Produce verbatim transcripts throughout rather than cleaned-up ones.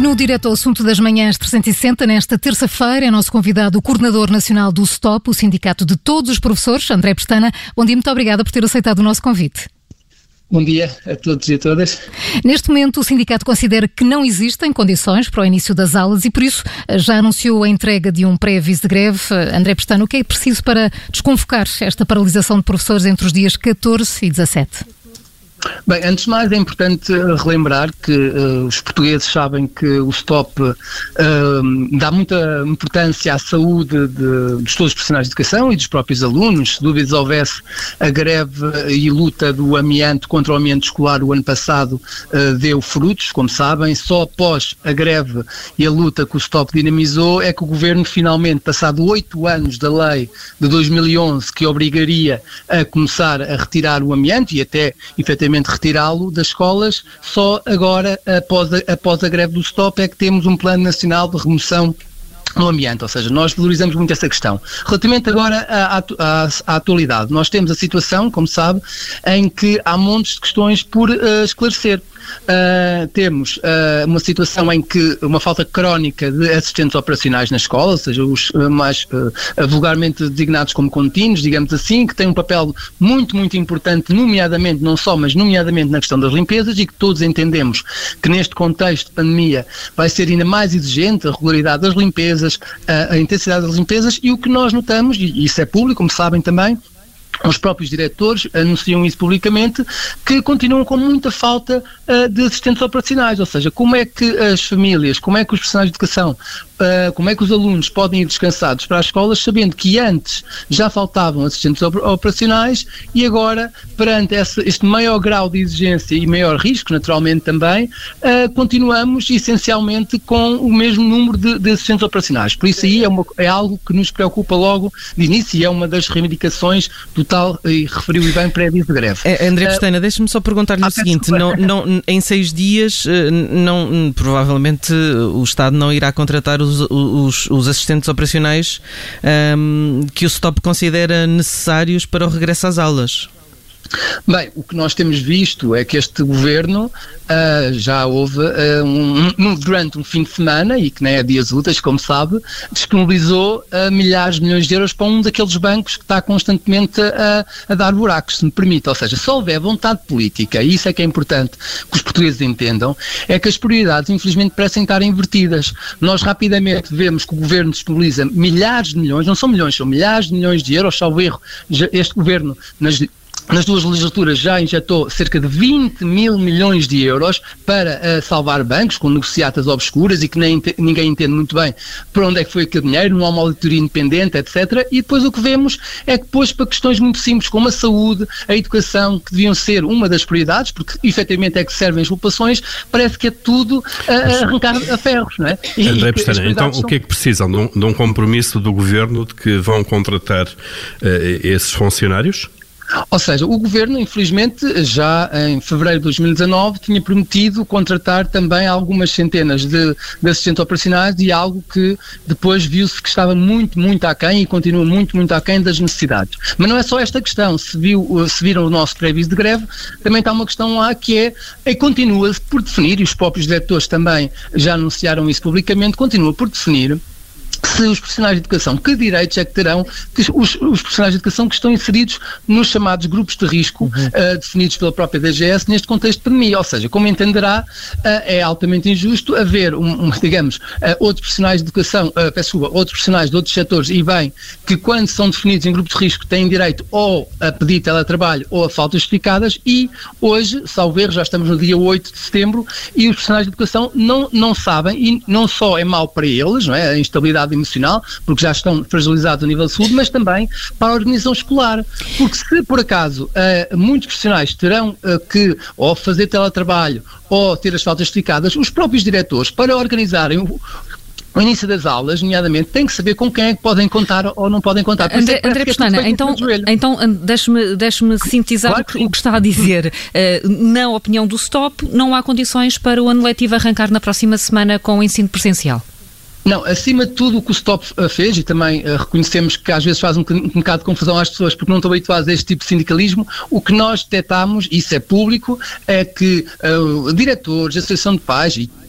E no Direto ao Assunto das Manhãs trezentos e sessenta, nesta terça-feira, é nosso convidado o Coordenador Nacional do STOP, o Sindicato de Todos os Professores, André Pestana. Bom dia, muito obrigada por ter aceitado o nosso convite. Bom dia a todos e a todas. Neste momento, o sindicato considera que não existem condições para o início das aulas e, por isso, já anunciou a entrega de um pré-aviso de greve. André Pestana, o que é preciso para desconvocar esta paralisação de professores entre os dias catorze e dezassete? Bem, antes de mais é importante relembrar que uh, os portugueses sabem que o STOP uh, dá muita importância à saúde de, de todos os profissionais de educação e dos próprios alunos. Se dúvidas houvesse, a greve e luta do amianto contra o amianto escolar o ano passado uh, deu frutos, como sabem. Só após a greve e a luta que o STOP dinamizou é que o Governo finalmente, passado oito anos da lei de dois mil e onze que obrigaria a começar a retirar o amianto e até efetivamente retirá-lo das escolas, só agora, após a, após a greve do STOP, é que temos um plano nacional de remoção no amianto, ou seja, nós valorizamos muito essa questão. Relativamente agora à, à, à atualidade, nós temos a situação, como sabe, em que há montes de questões por uh, esclarecer. Uh, temos uh, uma situação em que uma falta crónica de assistentes operacionais na escola, ou seja, os uh, mais uh, vulgarmente designados como contínuos, digamos assim, que têm um papel muito, muito importante, nomeadamente, não só, mas nomeadamente na questão das limpezas, e que todos entendemos que neste contexto de pandemia vai ser ainda mais exigente a regularidade das limpezas, a, a intensidade das limpezas, e o que nós notamos, e isso é público, como sabem também, os próprios diretores anunciam isso publicamente, que continuam com muita falta uh, de assistentes operacionais, ou seja, como é que as famílias, como é que os profissionais de educação, uh, como é que os alunos podem ir descansados para as escolas, sabendo que antes já faltavam assistentes op- operacionais e agora, perante esse, este maior grau de exigência e maior risco, naturalmente também, uh, continuamos essencialmente com o mesmo número de, de assistentes operacionais. Por isso aí é, uma, é algo que nos preocupa logo de início e é uma das reivindicações do tal, e referiu e bem, pré-aviso de greve. É, André Pestana, uh, deixa-me só perguntar-lhe ah, o seguinte, não, não, em seis dias, não, provavelmente o Estado não irá contratar os, os, os assistentes operacionais um, que o STOP considera necessários para o regresso às aulas. Bem, o que nós temos visto é que este governo uh, já houve uh, um, um, durante um fim de semana, e que nem é dias úteis, como sabe, disponibilizou uh, milhares de milhões de euros para um daqueles bancos que está constantemente a, a dar buracos, se me permite. Ou seja, se houver vontade política, e isso é que é importante que os portugueses entendam, é que as prioridades infelizmente parecem estar invertidas. Nós rapidamente vemos que o governo disponibiliza milhares de milhões, não são milhões, são milhares de milhões de euros, salvo erro, este governo nas Nas duas legislaturas já injetou cerca de vinte mil milhões de euros para uh, salvar bancos com negociatas obscuras e que nem, ninguém entende muito bem para onde é que foi aquele dinheiro, não há uma auditoria independente, etcétera. E depois o que vemos é que depois para questões muito simples como a saúde, a educação, que deviam ser uma das prioridades, porque efetivamente é que servem as populações, parece que é tudo a uh, arrancar a ferros, não é? E, André Pestana, então são... o que é que precisam? De um, de um compromisso do governo de que vão contratar uh, esses funcionários? Ou seja, o Governo, infelizmente, já em fevereiro de dois mil e dezanove, tinha prometido contratar também algumas centenas de, de assistentes operacionais e algo que depois viu-se que estava muito, muito aquém e continua muito, muito aquém das necessidades. Mas não é só esta questão. Se, viu, se viram o nosso pré-aviso de greve, também está uma questão lá que é, é continua por definir, e os próprios diretores também já anunciaram isso publicamente, continua por definir se os profissionais de educação, que direitos é que terão que os, os profissionais de educação que estão inseridos nos chamados grupos de risco, uhum. uh, definidos pela própria D G S neste contexto de pandemia. Ou seja, como entenderá, uh, é altamente injusto haver, um, um, digamos, uh, outros profissionais de educação, uh, peço desculpa, outros profissionais de outros setores, e bem, que quando são definidos em grupos de risco têm direito ou a pedir teletrabalho ou a faltas justificadas, e hoje, salvo erro, já estamos no dia oito de setembro, e os profissionais de educação não, não sabem, e não só é mau para eles, não é? A instabilidade emocional, porque já estão fragilizados a nível de saúde, mas também para a organização escolar, porque se por acaso uh, muitos profissionais terão uh, que ou fazer teletrabalho ou ter as faltas justificadas, os próprios diretores, para organizarem o O início das aulas, nomeadamente, tem que saber com quem é que podem contar ou não podem contar. André, André Pestana, então, então deixe-me, deixe-me sintetizar claro que o que está a dizer. Uh, na opinião do STOP, não há condições para o ano letivo arrancar na próxima semana com o ensino presencial? Não, acima de tudo o que o STOP fez, e também uh, reconhecemos que às vezes faz um, um bocado de confusão às pessoas porque não estão habituadas a este tipo de sindicalismo, o que nós detectámos, e isso é público, é que uh, diretores, associação de pais e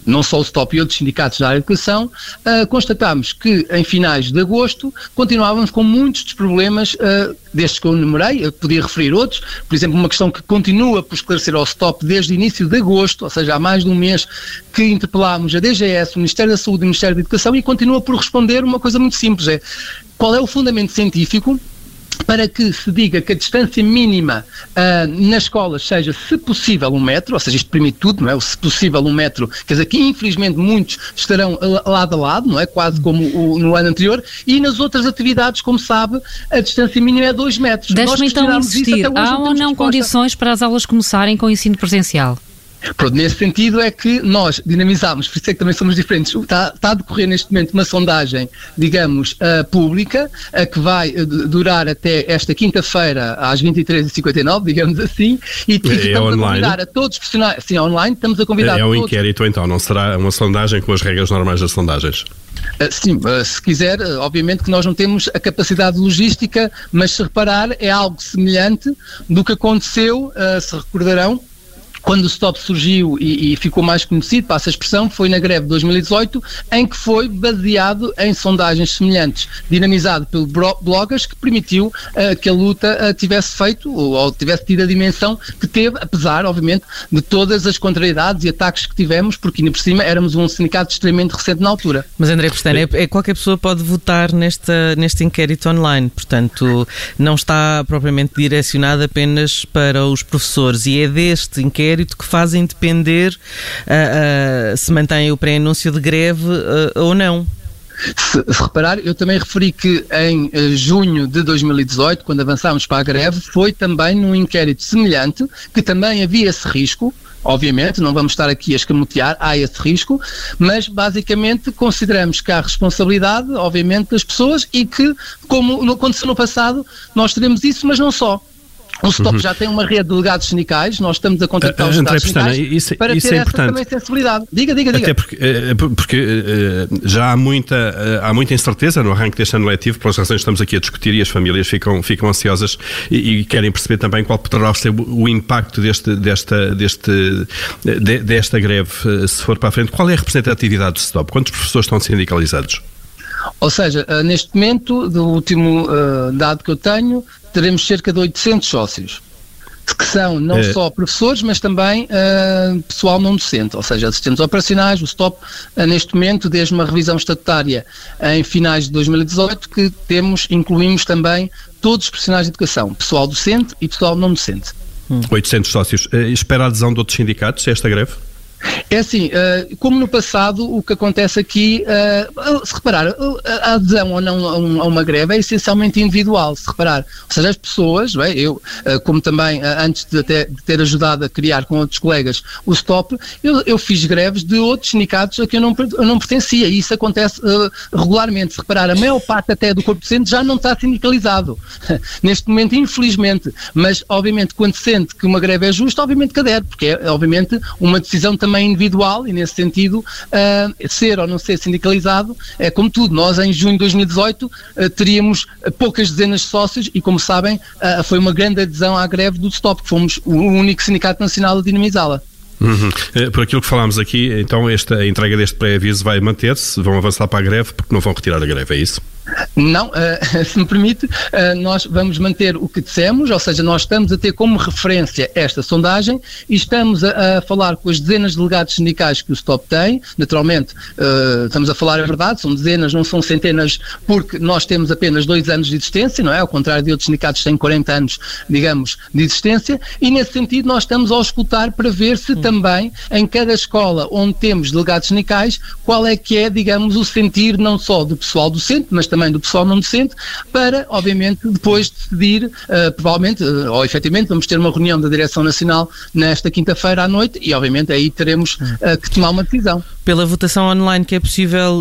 não só o STOP e outros sindicatos da área de educação, uh, constatámos que em finais de agosto continuávamos com muitos dos problemas uh, destes que eu enumerei. Eu podia referir outros, por exemplo, uma questão que continua por esclarecer ao STOP desde o início de agosto, ou seja, há mais de um mês que interpelámos a D G S, o Ministério da Saúde e o Ministério da Educação, e continua por responder uma coisa muito simples, é qual é o fundamento científico para que se diga que a distância mínima uh, nas escolas seja, se possível, um metro, ou seja, isto permite tudo, não é? O se possível um metro, quer dizer que infelizmente muitos estarão lado a lado, não é? Quase como o, no ano anterior, e nas outras atividades, como sabe, a distância mínima é dois metros. Deixe-me então insistir, há ou não condições para as aulas começarem com o ensino presencial? Pronto, nesse sentido é que nós dinamizámos, por isso é que também somos diferentes. Está, está a decorrer neste momento uma sondagem, digamos, uh, pública, uh, que vai uh, durar até esta quinta-feira às vinte e três e cinquenta e nove, digamos assim, e, e é estamos online. a convidar a todos os profissionais, sim, online, estamos a convidar é, é um todos... inquérito então, não será uma sondagem com as regras normais das sondagens? Uh, sim, uh, se quiser, uh, obviamente que nós não temos a capacidade logística, mas se reparar é algo semelhante do que aconteceu, uh, se recordarão, quando o STOP surgiu e, e ficou mais conhecido, passa a expressão, foi na greve de dois mil e dezoito, em que foi baseado em sondagens semelhantes, dinamizado pelos bloggers, que permitiu uh, que a luta uh, tivesse feito, ou, ou tivesse tido a dimensão que teve, apesar, obviamente, de todas as contrariedades e ataques que tivemos, porque ainda por cima éramos um sindicato extremamente recente na altura. Mas André Pestana, é, é qualquer pessoa pode votar nesta, neste inquérito online, portanto não está propriamente direcionado apenas para os professores, e é deste inquérito que fazem depender uh, uh, se mantém o pré-anúncio de greve uh, ou não. Se, se reparar, eu também referi que em uh, junho de dois mil e dezoito, quando avançámos para a greve, foi também num inquérito semelhante, que também havia esse risco. Obviamente, não vamos estar aqui a escamotear, há esse risco, mas basicamente consideramos que há responsabilidade, obviamente, das pessoas, e que, como aconteceu no passado, nós teremos isso, mas não só. O STOP uhum. já tem uma rede de delegados sindicais, nós estamos a contactar uh, os delegados sindicais isso, para isso ter é essa importante. também sensibilidade. Diga, diga, diga. Até porque, porque já há muita, há muita incerteza no arranque deste ano letivo, pelas razões que estamos aqui a discutir, e as famílias ficam, ficam ansiosas e, e querem perceber também qual poderá ser o impacto deste, desta, deste, de, desta greve, se for para a frente. Qual é a representatividade do STOP? Quantos professores estão sindicalizados? Ou seja, neste momento, do último uh, dado que eu tenho, teremos cerca de oitocentos sócios, que são não é. só professores, mas também uh, pessoal não docente, ou seja, assistentes operacionais. O STOP, uh, neste momento, desde uma revisão estatutária em finais de dois mil e dezoito, que temos, incluímos também todos os profissionais de educação, pessoal docente e pessoal não docente. Hum. oitocentos sócios. Uh, espera a adesão de outros sindicatos a esta greve? É assim, como no passado, o que acontece aqui, se reparar, a adesão ou não a uma greve é essencialmente individual, se reparar. Ou seja, as pessoas, bem, eu, como também antes de ter, de ter ajudado a criar com outros colegas o STOP, eu, eu fiz greves de outros sindicatos a que eu não, eu não pertencia, e isso acontece uh, regularmente. Se reparar, a maior parte até do corpo docente já não está sindicalizado, neste momento, infelizmente, mas obviamente quando sente que uma greve é justa, obviamente que adere, porque é obviamente uma decisão também individual, e nesse sentido uh, ser ou não ser sindicalizado é como tudo. Nós em junho de dois mil e dezoito uh, teríamos poucas dezenas de sócios e, como sabem, uh, foi uma grande adesão à greve do STOP, que fomos o único sindicato nacional a dinamizá-la. Uhum. Por aquilo que falámos aqui, então esta, a entrega deste pré-aviso vai manter-se, vão avançar para a greve porque não vão retirar a greve, é isso? Não, uh, se me permite, uh, nós vamos manter o que dissemos, ou seja, nós estamos a ter como referência esta sondagem e estamos a, a falar com as dezenas de delegados sindicais que o STOP tem. Naturalmente, uh, estamos a falar a verdade, são dezenas, não são centenas, porque nós temos apenas dois anos de existência, não é? Ao contrário de outros sindicatos que têm quarenta anos, digamos, de existência, e nesse sentido nós estamos a auscultar para ver se também em cada escola onde temos delegados sindicais, qual é que é, digamos, o sentir não só do pessoal docente, mas também do pessoal não docente, para, obviamente, depois decidir, uh, provavelmente, uh, ou efetivamente, vamos ter uma reunião da Direção Nacional nesta quinta-feira à noite e, obviamente, aí teremos uh, que tomar uma decisão. Pela votação online que é possível,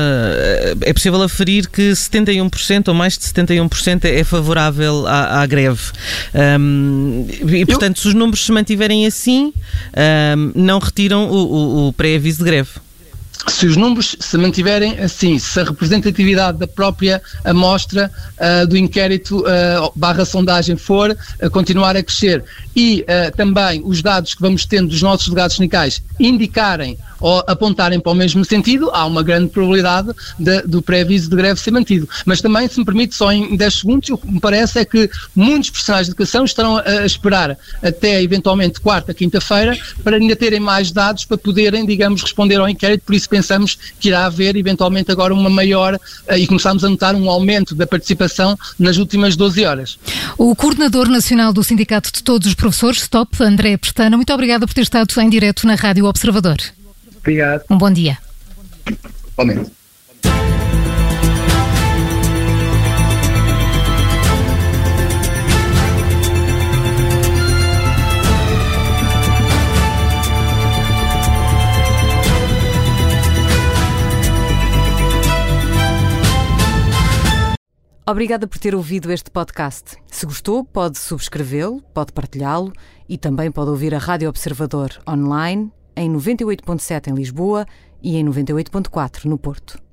uh, é possível aferir que setenta e um por cento ou mais de setenta e um por cento é favorável à, à greve. Um, e, portanto, Eu... se os números se mantiverem assim, um, não retiram o, o, o pré-aviso de greve. Se os números se mantiverem assim, se a representatividade da própria amostra uh, do inquérito uh, barra sondagem for uh, continuar a crescer e uh, também os dados que vamos tendo dos nossos delegados sindicais indicarem ou apontarem para o mesmo sentido, há uma grande probabilidade de, do pré-aviso de greve ser mantido. Mas também, se me permite, só em dez segundos, o que me parece é que muitos profissionais de educação estarão a, a esperar até eventualmente quarta, quinta-feira, para ainda terem mais dados para poderem, digamos, responder ao inquérito, por isso pensamos que irá haver eventualmente agora uma maior, uh, e começamos a notar um aumento da participação nas últimas doze horas. O coordenador nacional do Sindicato de Todos os Professores, STOP, André Pestana, muito obrigada por ter estado em direto na Rádio Observador. Obrigado. Um bom dia. Igualmente. Obrigada por ter ouvido este podcast. Se gostou, pode subscrevê-lo, pode partilhá-lo e também pode ouvir a Rádio Observador online em noventa e oito ponto sete em Lisboa e em noventa e oito ponto quatro no Porto.